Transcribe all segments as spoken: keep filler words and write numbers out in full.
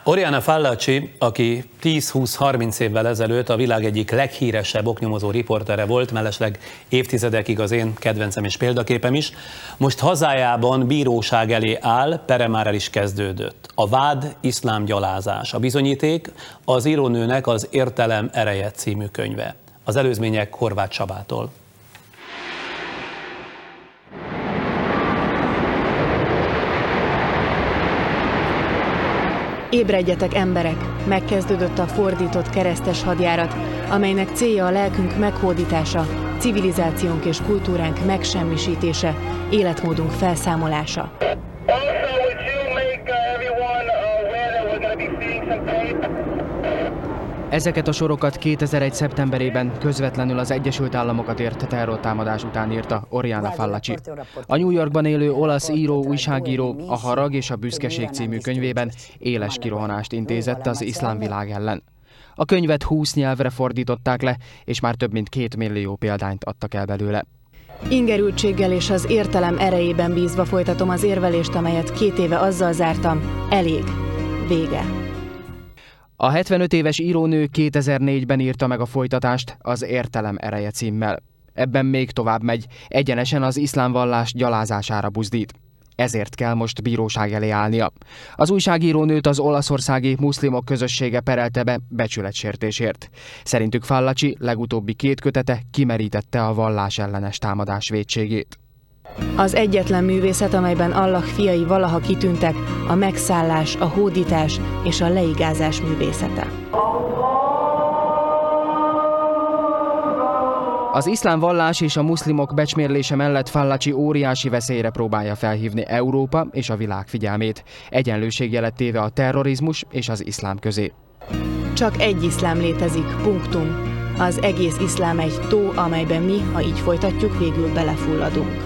Oriana Fallaci, aki tíz-húsz-harminc évvel ezelőtt a világ egyik leghíresebb oknyomozó riportere volt, mellesleg évtizedekig az én kedvencem és példaképem is, most hazájában bíróság elé áll, pere már el is kezdődött. A vád iszlám gyalázás, a bizonyíték az írónőnek az Értelem ereje című könyve. Az előzmények Horváth Csabától. Ébredjetek, emberek! Megkezdődött a fordított keresztes hadjárat, amelynek célja a lelkünk meghódítása, civilizációnk és kultúránk megsemmisítése, életmódunk felszámolása. Ezeket a sorokat kétezer-egy szeptemberében közvetlenül az Egyesült Államokat ért terrortámadás után írta Oriana Fallaci. A New Yorkban élő olasz író, újságíró a Harag és a büszkeség című könyvében éles kirohanást intézett az iszlám világ ellen. A könyvet húsz nyelvre fordították le, és már több mint két millió példányt adtak el belőle. Ingerültséggel és az értelem erejében bízva folytatom az érvelést, amelyet két éve azzal zártam: elég, vége. A hetvenöt éves írónő kétezer-négyben írta meg a folytatást az Értelem ereje címmel. Ebben még tovább megy, egyenesen az iszlám vallás gyalázására buzdít. Ezért kell most bíróság elé állnia. Az újságírónőt az olaszországi muszlimok közössége perelte be becsületsértésért. Szerintük Fallaci legutóbbi két kötete kimerítette a vallás ellenes támadás vétségét. Az egyetlen művészet, amelyben Allah fiai valaha kitűntek, a megszállás, a hódítás és a leigázás művészete. Az iszlám vallás és a muszlimok becsmérlése mellett Fallaci óriási veszélyre próbálja felhívni Európa és a világ figyelmét, egyenlőségjelet téve a terrorizmus és az iszlám közé. Csak egy iszlám létezik, punktum. Az egész iszlám egy tó, amelyben mi, ha így folytatjuk, végül belefulladunk.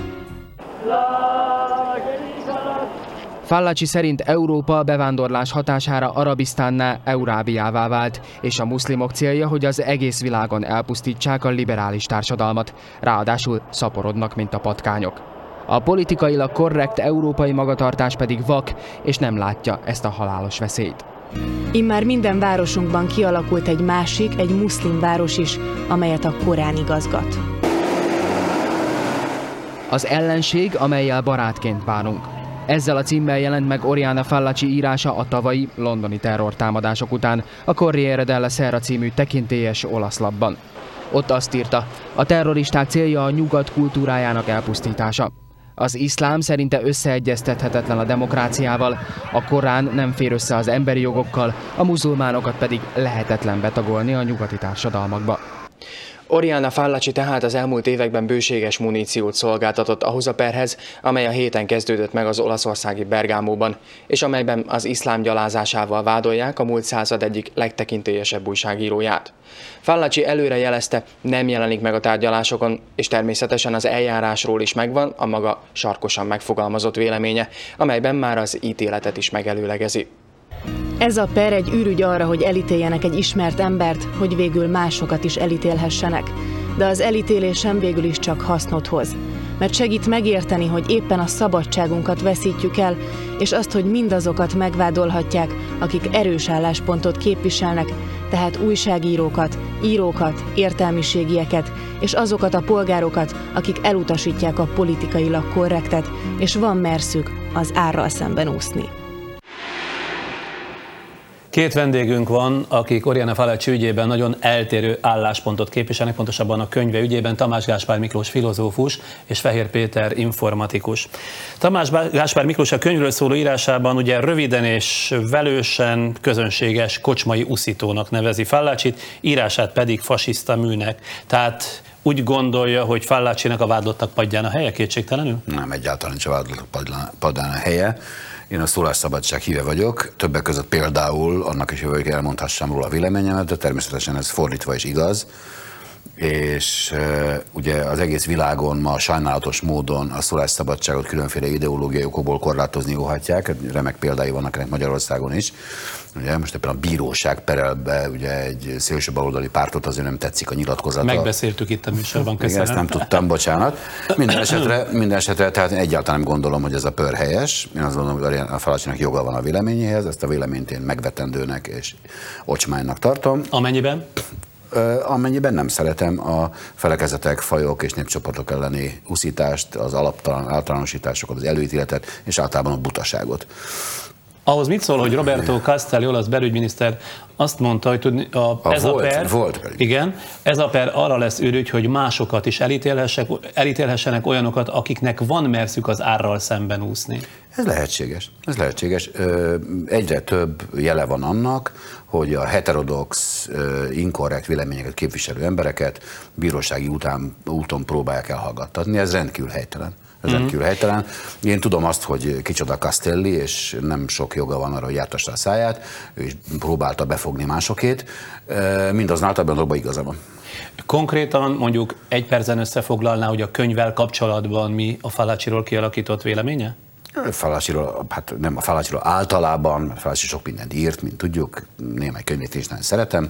Fallaci szerint Európa bevándorlás hatására Arabisztánná Eurábiává vált, és a muszlimok célja, hogy az egész világon elpusztítsák a liberális társadalmat, ráadásul szaporodnak, mint a patkányok. A politikailag korrekt európai magatartás pedig vak, és nem látja ezt a halálos veszélyt. Immár minden városunkban kialakult egy másik, egy muszlim város is, amelyet a Korán igazgat. Az ellenség, amellyel barátként bánunk. Ezzel a címmel jelent meg Oriana Fallaci írása a tavalyi londoni terrortámadások után a Corriere della Sera című tekintélyes olasz lapban. Ott azt írta, a terroristák célja a nyugat kultúrájának elpusztítása. Az iszlám szerinte összeegyeztethetetlen a demokráciával, a Korán nem fér össze az emberi jogokkal, a muzulmánokat pedig lehetetlen betagolni a nyugati társadalmakba. Oriana Fallaci tehát az elmúlt években bőséges muníciót szolgáltatott ahhoz a perhez, amely a héten kezdődött meg az olaszországi Bergámóban, és amelyben az iszlám gyalázásával vádolják a múlt század egyik legtekintélyesebb újságíróját. Fallaci előre jelezte, nem jelenik meg a tárgyalásokon, és természetesen az eljárásról is megvan a maga sarkosan megfogalmazott véleménye, amelyben már az ítéletet is megelőlegezi. Ez a per egy űrügy arra, hogy elítéljenek egy ismert embert, hogy végül másokat is elítélhessenek. De az elítélésem végül is csak hasznot hoz. Mert segít megérteni, hogy éppen a szabadságunkat veszítjük el, és azt, hogy mindazokat megvádolhatják, akik erős álláspontot képviselnek, tehát újságírókat, írókat, értelmiségieket, és azokat a polgárokat, akik elutasítják a politikailag korrektet, és van merszük az árral szemben úszni. Két vendégünk van, akik Oriana Fallaci ügyében nagyon eltérő álláspontot képviselnek, pontosabban a könyve ügyében: Tamás Gáspár Miklós filozófus és Fehér Péter informatikus. Tamás Gáspár Miklós a könyvről szóló írásában ugye röviden és velősen közönséges kocsmai uszítónak nevezi Fallacit, írását pedig fasiszta műnek. Tehát úgy gondolja, hogy Fallacinak a vádlottak padján a helye, kétségtelenül? Nem, egyáltalán nincs a vádlottak padján a helye. Én a szólásszabadság híve vagyok, többek között például annak is, hogy elmondhassam róla a véleményemet, de természetesen ez fordítva is igaz. és e, ugye az egész világon ma sajnálatos módon a szólásszabadságot különféle ideológiai okokból korlátozni óhatják, remek példái vannak ennek Magyarországon is. Ugye most éppen a bíróság perel be ugye egy szélső baloldali pártot, azért nem tetszik a nyilatkozata. Megbeszéltük itt a műsorban, köszönöm. Igen, ezt nem tudtam, bocsánat. Minden esetre, minden esetre tehát egyáltalán nem gondolom, hogy ez a pör helyes. Én azt gondolom, hogy a Falacsinak joga van a véleményéhez, ezt a véleményt én megvetendőnek és ocsmánynak tartom. Amennyiben? Amennyiben nem szeretem a felekezetek, fajok és népcsoportok elleni uszítást, az alaptalan általánosításokat, az előítéletet és általában a butaságot. Ahhoz mit szól, hogy Roberto Castelli, olasz belügyminiszter azt mondta, hogy tudni, a, a ez volt, a per, volt igen, ez a per arra lesz ürügy, hogy másokat is elítélhessenek, olyanokat, akiknek van merszük az árral szemben úszni. Ez lehetséges. Ez lehetséges. Egyre több jele van annak, hogy a heterodox, inkorrekt véleményeket képviselő embereket bírósági után, úton próbálják elhallgattatni. Ez rendkívül helytelen. Ez mm-hmm. rendkívül helytelen. Én tudom azt, hogy kicsoda Castelli, és nem sok joga van arra, hogy jártassa a száját, ő is próbálta befogni másokét. Mindazonáltal abban a dologban igaza van. Konkrétan mondjuk egy percen összefoglalná, hogy a könyvvel kapcsolatban mi a Falacsiról kialakított véleménye? Falacsiról, hát nem a Falacsiról általában, Falacsi sok mindent írt, mint tudjuk, némely könyvét is nagyon szeretem.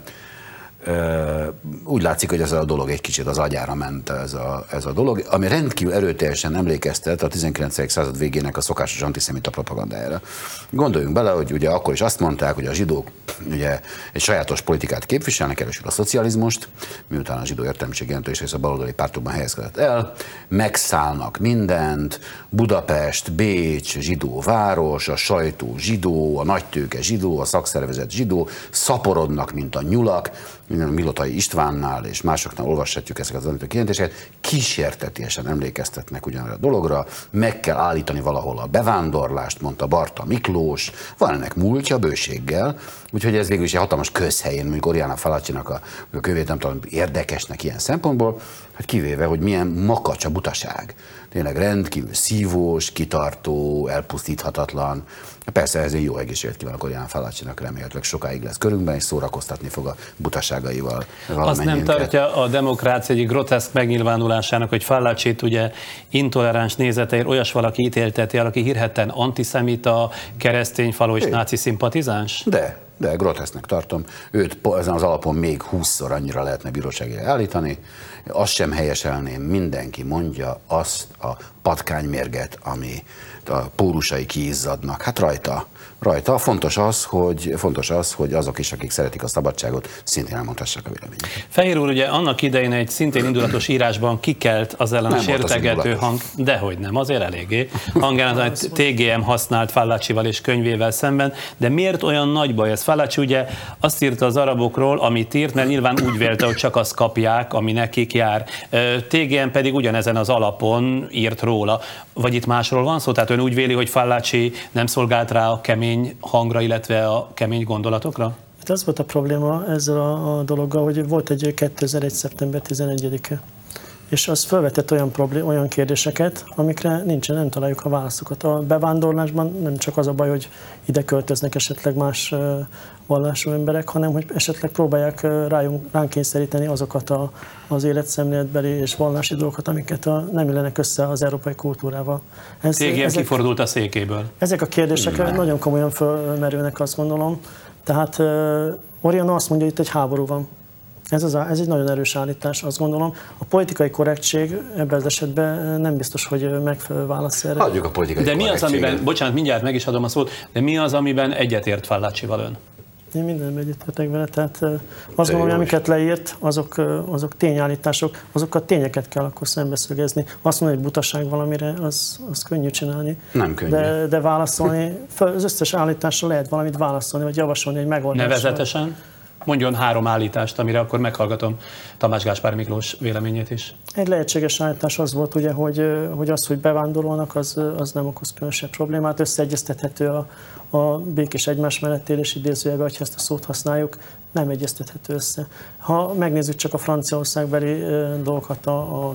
Úgy látszik, hogy ez a dolog egy kicsit az agyára ment ez a, ez a dolog, ami rendkívül erőteljesen emlékeztet a tizenkilencedik század végének a szokásos antiszemita propagandájára. Gondoljunk bele, hogy ugye akkor is azt mondták, hogy a zsidók ugye egy sajátos politikát képviselnek, először a szocializmust, miután a zsidó értelmiség jelentős része a baloldali pártokban helyezkedett el, megszállnak mindent, Budapest, Bécs, zsidó város, a sajtó zsidó, a nagytőke zsidó, a szakszervezet zsidó, szaporodnak, mint a nyulak, Milotai Istvánnál és másoknál olvashatjuk ezeket az antiszemita kijelentéseket, kísértetiesen emlékeztetnek ugyanarra a dologra, meg kell állítani valahol a bevándorlást, mondta Barta Miklós, van ennek múltja bőséggel, úgyhogy ez végül is egy hatalmas közhelyén, mondjuk Oriana Falacsinak a, a könyvét nem tudom érdekesnek ilyen szempontból, hát kivéve, hogy milyen makacs a butaság. Tényleg rendkívül szívós, kitartó, elpusztíthatatlan. Persze ezért jó egészséget kívánok Oriana Falacsinak, remélhetőleg sokáig lesz körünkben, és szórakoztatni fog a butaságaival. Azt nem tartja a demokrácia egyik groteszk megnyilvánulásának, hogy Falacsit ugye intoleráns nézeteért olyas valaki ítélteti el, aki hírhetten antiszemita, keresztényfaló és é. náci szimpatizáns? De. De grotesznek tartom. Őt ezen az alapon még húszszor annyira lehetne bíróságra állítani. Azt sem helyeselném, mindenki mondja azt a patkánymérget, ami a pórusai kiizzadnak. Hát rajta. Rajta. Fontos az, hogy, fontos az, hogy azok is, akik szeretik a szabadságot, szintén elmondhassák a véleményüket. Fehér úr, ugye annak idején egy szintén indulatos írásban kikelt az ellen a sértegető hang, dehogy nem, azért eléggé, hangján az té gé em használt Falacsival és könyvével szemben, de miért olyan nagy baj ez? Falacsi ugye azt írta az arabokról, amit írt, mert nyilván úgy vélte, hogy csak azt kapják, ami nekik jár. té gé em pedig ugyanezen az alapon írt róla. Vagy itt másról van szó? Tehát ön úgy véli, hogy Falacsi nem szolgált rá a kemény hangra, illetve a kemény gondolatokra? Hát az volt a probléma ezzel a, a dologgal, hogy volt egy kétezer-egy. szeptember tizenegyedike, és az felvetett olyan, problém, olyan kérdéseket, amikre nincsen, nem találjuk a válaszokat. A bevándorlásban nem csak az a baj, hogy ide költöznek esetleg más vallású emberek, hanem hogy esetleg próbálják rájunk, ránk kényszeríteni azokat a, az életszemléletbeli és vallási dolgokat, amiket a, nem illenek össze az európai kultúrával. Ez, té gé em ezek, kifordult a székéből. Ezek a kérdések nem. nagyon komolyan fölmerülnek, azt gondolom. Tehát uh, Oriana azt mondja, hogy itt egy háború van. Ez, az a, ez egy nagyon erős állítás, azt gondolom. A politikai korrektség ebben az esetben nem biztos, hogy megfelelő válasz erre. Adjuk a politikai De mi az, amiben, bocsánat, mindjárt meg is adom a szót, de mi az, amiben egyetért Falacsival ön? Én mindenben egyetértek vele, tehát azt gondolom, hogy amiket leírt, azok, azok tényállítások, azokat tényeket kell akkor szembeszögezni. Azt mondani, hogy butaság valamire, az, az könnyű csinálni. Nem könnyű. De, de válaszolni, az összes állításra lehet valamit válaszolni, vagy javasolni egy megoldást. Nevezetesen? Mondjon három állítást, amire akkor meghallgatom Tamás Gáspár Miklós véleményét is. Egy lehetséges állítás az volt, ugye, hogy, hogy az, hogy bevándorolnak, az, az nem okoz különösebb problémát. Összeegyeztethető a, a békés egymás mellett élés idézőjelben, hogyha ezt a szót használjuk, nem egyeztethető össze. Ha megnézzük csak a franciaországbeli dolgokat, a, a,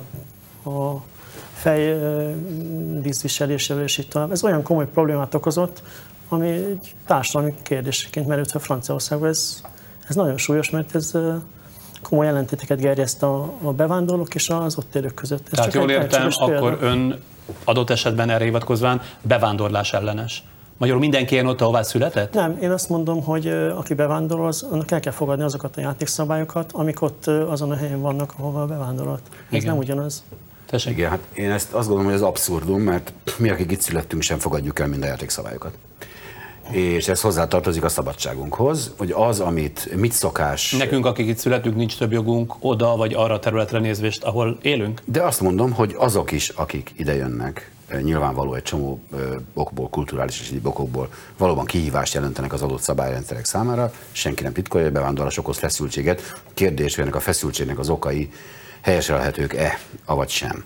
a fej díszviselésével és így tovább, ez olyan komoly problémát okozott, ami egy társadalmi kérdésként merült fel Franciaországban. Ez, Ez nagyon súlyos, mert ez, komoly ellentéteket gerjeszt a, a bevándorlók és az ott élők között. Ez Tehát csak jól egy értem, lehetséges akkor példa. ön adott esetben erre hivatkozván bevándorlás ellenes. Magyarul mindenki ilyen ott, ahová született? Nem, én azt mondom, hogy ö, aki bevándorol, az, annak el kell fogadni azokat a játékszabályokat, amik ott ö, azon a helyen vannak, ahova bevándorolt. Ez Igen. nem ugyanaz. Tessék. Igen, hát én ezt azt gondolom, hogy ez abszurdum, mert mi, akik itt születtünk, sem fogadjuk el mind a játékszabályokat. És ez hozzátartozik a szabadságunkhoz, hogy az, amit mit szokás... Nekünk, akik itt születünk, nincs több jogunk oda vagy arra a területre nézvést, ahol élünk? De azt mondom, hogy azok is, akik ide jönnek, nyilvánvaló egy csomó ö, okból, kulturális és egyéb okokból valóban kihívást jelentenek az adott szabályrendszerek számára, senki nem titkolja, hogy bevándorlás okoz feszültséget. Kérdés, hogy ennek a feszültségnek az okai helyeselhetők-e, avagy sem.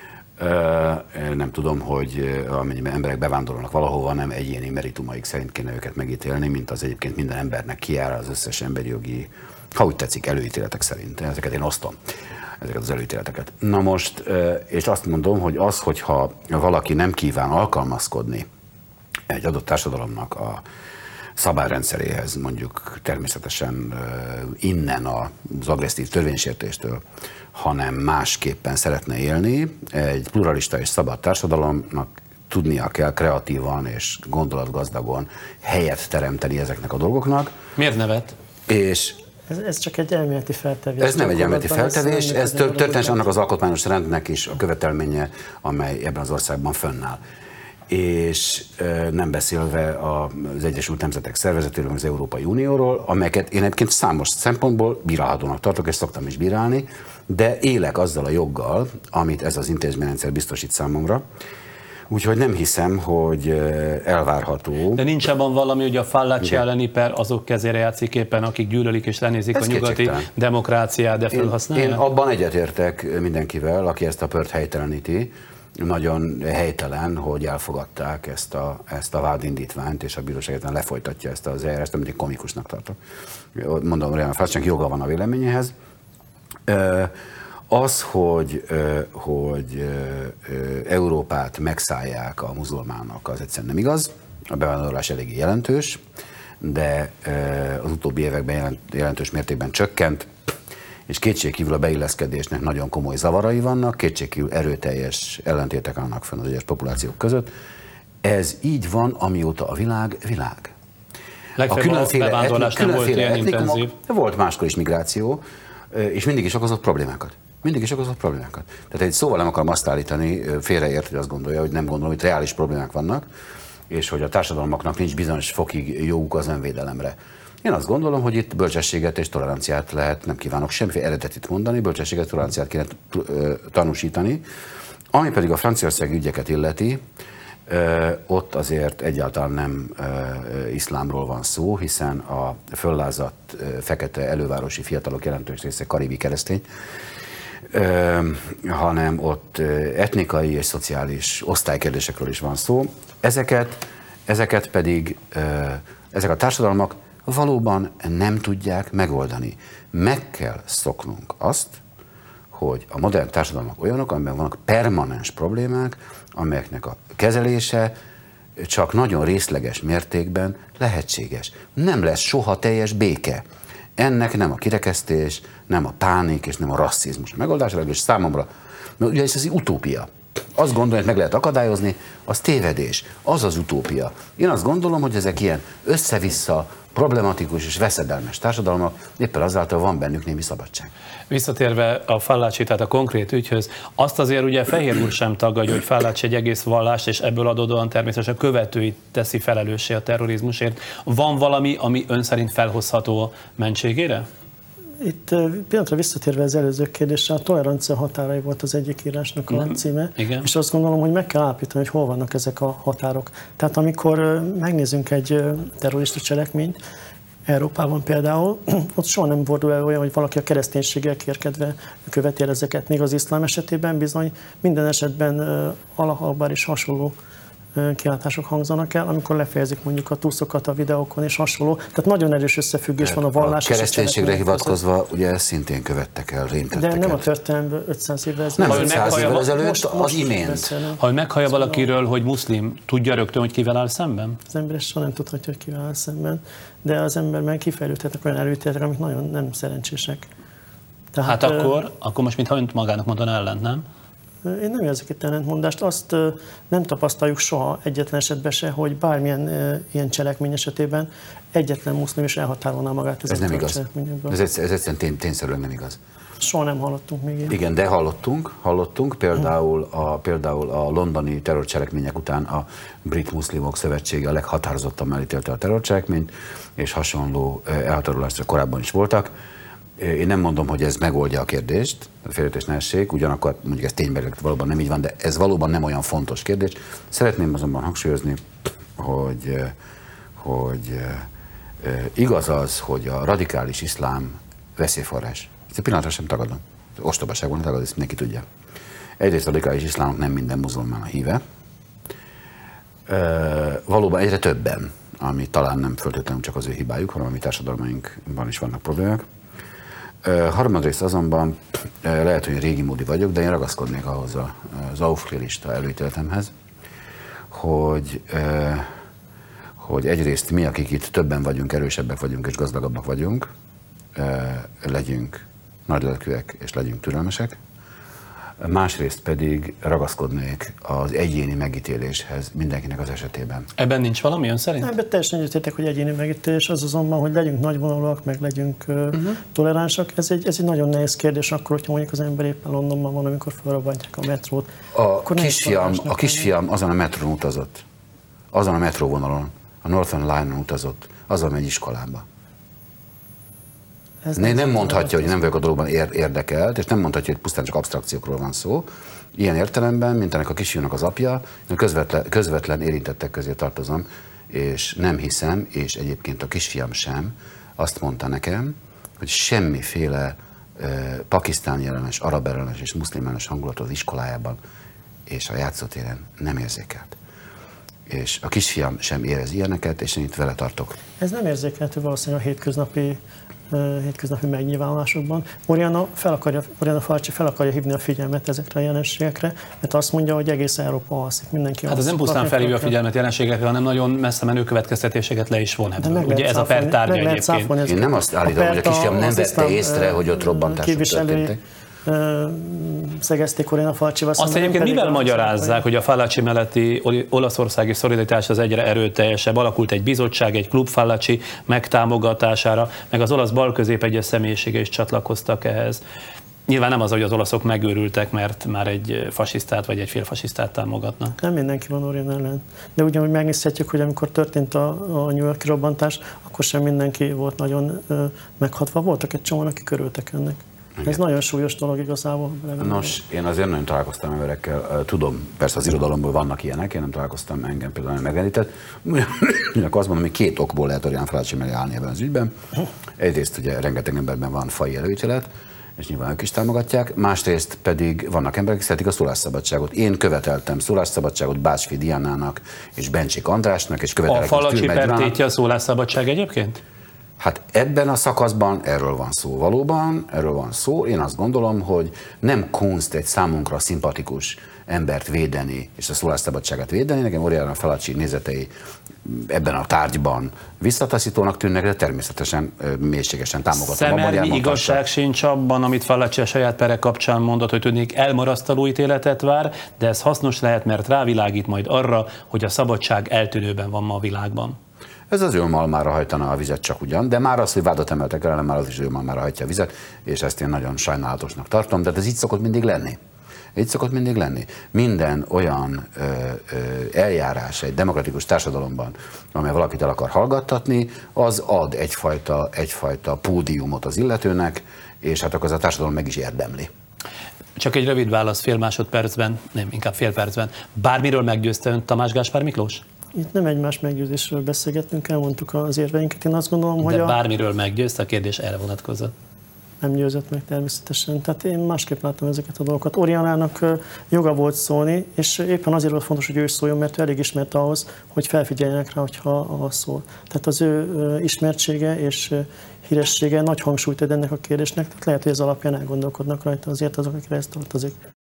Nem tudom, hogy amennyiben emberek bevándorolnak valahova, nem egyéni meritumaik szerint kéne őket megítélni, mint az egyébként minden embernek kijár az összes emberi jogi, ha úgy tetszik, előítéletek szerint. Ezeket én osztom, ezeket az előítéleteket. Na most, és azt mondom, hogy az, hogyha valaki nem kíván alkalmazkodni egy adott társadalomnak a szabályrendszeréhez, mondjuk természetesen innen az agresszív törvénysértéstől, hanem másképpen szeretne élni, egy pluralista és szabad társadalomnak tudnia kell kreatívan és gondolatgazdagon helyet teremteni ezeknek a dolgoknak. Miért nevet? És Ez, ez csak egy elméleti feltevés. ez nem egy elméleti feltevés, ez történetesen annak az az alkotmányos rendnek is a követelménye, amely ebben az országban fönnáll. És nem beszélve az Egyesült Nemzetek Szervezetéről, az Európai Unióról, amelyeket én egyébként számos szempontból bírálhatónak tartok, és szoktam is bírálni, de élek azzal a joggal, amit ez az intézményrendszer biztosít számomra, úgyhogy nem hiszem, hogy elvárható. De nincs abban valami, hogy a Fallaci elleni per azok kezére játszik éppen, akik gyűlölik és lenézik Ez a nyugati kétségtelen. demokráciát, de Én, felhasználják? én abban egyetértek mindenkivel, aki ezt a pört helyteleníti. Nagyon helytelen, hogy elfogadták ezt a, ezt a vádindítványt, és a bíróság egyáltalán lefolytatja ezt az eljárást, amit én komikusnak tartok. Mondom, Oriana Fallacinak joga van a véleményéhez. Az, hogy, hogy Európát megszállják a muzulmánok, az egyszerűen nem igaz. A bevándorlás eléggé jelentős, de az utóbbi években jelentős mértékben csökkent, és kétségkívül a beilleszkedésnek nagyon komoly zavarai vannak, kétségkívül erőteljes ellentétek állnak fenn az egyes populációk között. Ez így van, amióta a világ világ. Legfeljebb a bevándorlás nem volt ilyen intenzív. Volt máskor is migráció, és mindig is okozott problémákat. Mindig is okozott problémákat. Tehát egy szóval nem akarom azt állítani, félreért, hogy azt gondolja, hogy nem gondolom, hogy reális problémák vannak, és hogy a társadalmaknak nincs bizonyos fokig joguk az önvédelemre. Én azt gondolom, hogy itt bölcsességet és toleranciát lehet, nem kívánok semmiféle eredetit mondani, bölcsességet, toleranciát kéne tanúsítani. Ami pedig a franciaországi ügyeket illeti, ott azért egyáltalán nem iszlámról van szó, hiszen a föllázadt fekete elővárosi fiatalok jelentős része karibi keresztény, hanem ott etnikai és szociális osztálykérdésekről is van szó. Ezeket, ezeket pedig ezek a társadalmak valóban nem tudják megoldani. Meg kell szoknunk azt, hogy a modern társadalmak olyanok, amiben vannak permanens problémák, amelyeknek a kezelése csak nagyon részleges mértékben lehetséges. Nem lesz soha teljes béke. Ennek nem a kirekesztés, nem a pánik és nem a rasszizmus a megoldás, legalábbis számomra, mert ugye ez az utópia. Azt gondolom, hogy meg lehet akadályozni, az tévedés, az az utópia. Én azt gondolom, hogy ezek ilyen össze-vissza problematikus és veszedelmes társadalmak, éppen azáltal van bennük némi szabadság. Visszatérve a Fallaci, tehát a konkrét ügyhöz, azt azért ugye Fehér úr sem tagadja, hogy Fallaci egy egész vallást, és ebből adódóan természetesen a követőit teszi felelőssé a terrorizmusért. Van valami, ami ön szerint felhozható a mentségére? Itt pillanatra visszatérve az előző kérdésre, a tolerancia határai volt az egyik írásnak a címe, Igen. és azt gondolom, hogy meg kell állapítani, hogy hol vannak ezek a határok. Tehát amikor megnézzünk egy terrorista cselekményt, Európában például, ott soha nem fordul el olyan, hogy valaki a kereszténységgel kérkedve követi el ezeket, még az iszlám esetében bizony minden esetben Allah Akbar és hasonló kiáltások hangzanak el, amikor lefejezik mondjuk a túszokat a videókon és hasonló. Tehát nagyon erős összefüggés Tehát van a vallás a kereszténységre hivatkozva ugye szintén követtek el rémtetteket. De nem a történelemben ötszáz évvel ezelőtt. Nem Ha ötszáz évvel ezelőtt, most, az most imént. beszélem. Ha meghallja valakiről, hogy muszlim, tudja rögtön, hogy kivel áll szemben? Az ember soha nem tudhatja, hogy kivel áll szemben, de az emberben kifejlődhetnek olyan előítéletek, amik nagyon nem szerencsések. Tehát, hát akkor, akkor most mintha önt magának mondaná ellent, nem? Én nem érzek itt ellentmondást. Azt nem tapasztaljuk soha egyetlen esetben se, hogy bármilyen ilyen cselekmény esetében egyetlen muszlim is elhatárolná magát ez nem igaz. Ez, ez, ez egyszerűen tény, tényszerűen nem igaz. Soha nem hallottunk még ilyen. Igen, de hallottunk, hallottunk például a, például a londoni terrorcselekmények után a Brit Muszlimok Szövetsége a leghatározottabban elítélte a terrorcselekményt, és hasonló elhatárolásra korábban is voltak. Én nem mondom, hogy ez megoldja a kérdést, a félreértés ne essék, ugyanakkor mondjuk ez tényleg valóban nem így van, de ez valóban nem olyan fontos kérdés. Szeretném azonban hangsúlyozni, hogy, hogy igaz az, hogy a radikális iszlám veszélyforrás. Ezt a pillanatra sem tagadom. Ostobaság volna tagadni, ezt mindenki tudja. Egyrészt a radikális iszlámok nem minden muzulmán a híve. Valóban egyre többen, ami talán nem feltétlenül csak az ő hibájuk, hanem a mi társadalmainkban is vannak problémák. Harmadrészt azonban lehet, hogy régi módi vagyok, de én ragaszkodnék ahhoz az aufklärista előítéletemhez, hogy, hogy egyrészt mi, akik itt többen vagyunk, erősebbek vagyunk és gazdagabbak vagyunk, legyünk nagylelkűek és legyünk türelmesek. Másrészt pedig ragaszkodnék az egyéni megítéléshez mindenkinek az esetében. Ebben nincs valami ön szerint? Ebben teljesen egyetértek, hogy egyéni megítélés, az azonban, hogy legyünk nagyvonalúak, meg legyünk uh-huh. toleránsak. Ez egy, ez egy nagyon nehéz kérdés akkor, hogyha mondjuk az ember éppen Londonban van, amikor felrobbantják a metrót. A kisfiam, a kisfiam azon a metrón utazott, azon a metróvonalon, a Northern Line-on utazott, azon megy iskolába. Ez nem, nem mondhatja, hogy nem vagyok a dologban érdekelt, és nem mondhatja, hogy pusztán csak absztrakciókról van szó. Ilyen értelemben, mint ennek a kisfiúnak az apja, én közvetlen, közvetlen érintettek közé tartozom, és nem hiszem, és egyébként a kisfiam sem azt mondta nekem, hogy semmiféle eh, pakisztáni ellenes, arab ellenes és muszlim ellenes hangulatot az iskolájában és a játszótéren nem érzékelt. És a kisfiam sem érez ilyeneket, és én itt vele tartok. Ez nem érzékelhető valószínűleg a hétköznapi hétköznapi megnyilvánulásokban. Oriana fel akarja, Oriana Fallaci fel akarja hívni a figyelmet ezekre a jelenségekre, mert azt mondja, hogy egész Európa alszik, mindenki Hát ez nem pusztán felhívja a figyelmet jelenségekre, hanem nagyon messze menő következtetéseket le is von ebből. Ugye ez a per tárgya egyébként. Én nem azt állítom, hogy a kisfiam nem vette észre, hogy ott robbantások történtek. Szegezték Oriana Fallacival. Azt egyébként mivel magyarázzák, hogy a Fallaci melletti olaszországi szolidaritás az egyre erőteljesebb? Alakult egy bizottság, egy klub Fallaci megtámogatására, meg az olasz balközép egyes személyisége is csatlakoztak ehhez. Nyilván nem az, hogy az olaszok megőrültek, mert már egy fasisztát vagy egy félfasisztát támogatnak. Nem mindenki van Oriana ellen. De ugyanúgy megnézhetjük, hogy amikor történt a, a New York-i robbantás, akkor sem mindenki volt nagyon ö, meghatva. Voltak egy csomóan, akik örültek ennek. Igen. Ez nagyon súlyos dolog igazából. Nos, én azért nagyon találkoztam emberekkel, tudom, persze az irodalomból vannak ilyenek, én nem találkoztam, engem például nem megemlített. Ugyanakkor azt mondom, hogy két okból lehet Oriana Fallaci mellé állni ebben az ügyben. Egyrészt ugye rengeteg emberben van faji előítélet, és nyilván ők is támogatják, másrészt pedig vannak emberek, akik szeretik a szólásszabadságot. Én követeltem szólásszabadságot Bácsfi Diánának és Bencsik Andrásnak, és követelek a Fallaci pertétje a szólásszabadság egyébként? Hát ebben a szakaszban erről van szó valóban, erről van szó. Én azt gondolom, hogy nem kunst egy számunkra szimpatikus embert védeni, és a szólásszabadságát védeni. Nekem Oriana Fallaci nézetei ebben a tárgyban visszataszítónak tűnnek, de természetesen mélységesen támogatom. Szemelmi igazság sincs abban, amit Fallaci a saját pere kapcsán mondott, hogy tudnék elmarasztaló ítéletet vár, de ez hasznos lehet, mert rávilágít majd arra, hogy a szabadság eltűnőben van ma a világban. Ez az ő malmára hajtana a vizet csak ugyan, de már az, hogy vádat emeltek ellen, már az is ő malmára hajtja a vizet, és ezt én nagyon sajnálatosnak tartom, de ez így szokott mindig lenni. Így szokott mindig lenni. Minden olyan ö, ö, eljárás egy demokratikus társadalomban, amely valakit el akar hallgattatni, az ad egyfajta, egyfajta pódiumot az illetőnek, és hát akkor az a társadalom meg is érdemli. Csak egy rövid válasz fél másodpercben, nem, inkább fél percben. Bármiről meggyőzte önt Tamás Gáspár Miklós? Itt nem egymás meggyőzésről beszélgetünk, elmondtuk az érveinket. Én azt gondolom, de hogy De a... bármiről meggyőzte, a kérdés erre vonatkozott. Nem győzött meg természetesen. Tehát én másképp láttam ezeket a dolgokat. Orianának joga volt szólni, és éppen azért volt fontos, hogy ő szóljon, mert ő elég ismert ahhoz, hogy felfigyeljenek rá, hogyha szól. Tehát az ő ismertsége és híressége nagy hangsúlyt ad ennek a kérdésnek, tehát lehet, hogy ez alapján elgondolkodnak rajta azért azok, akikre ez tartozik.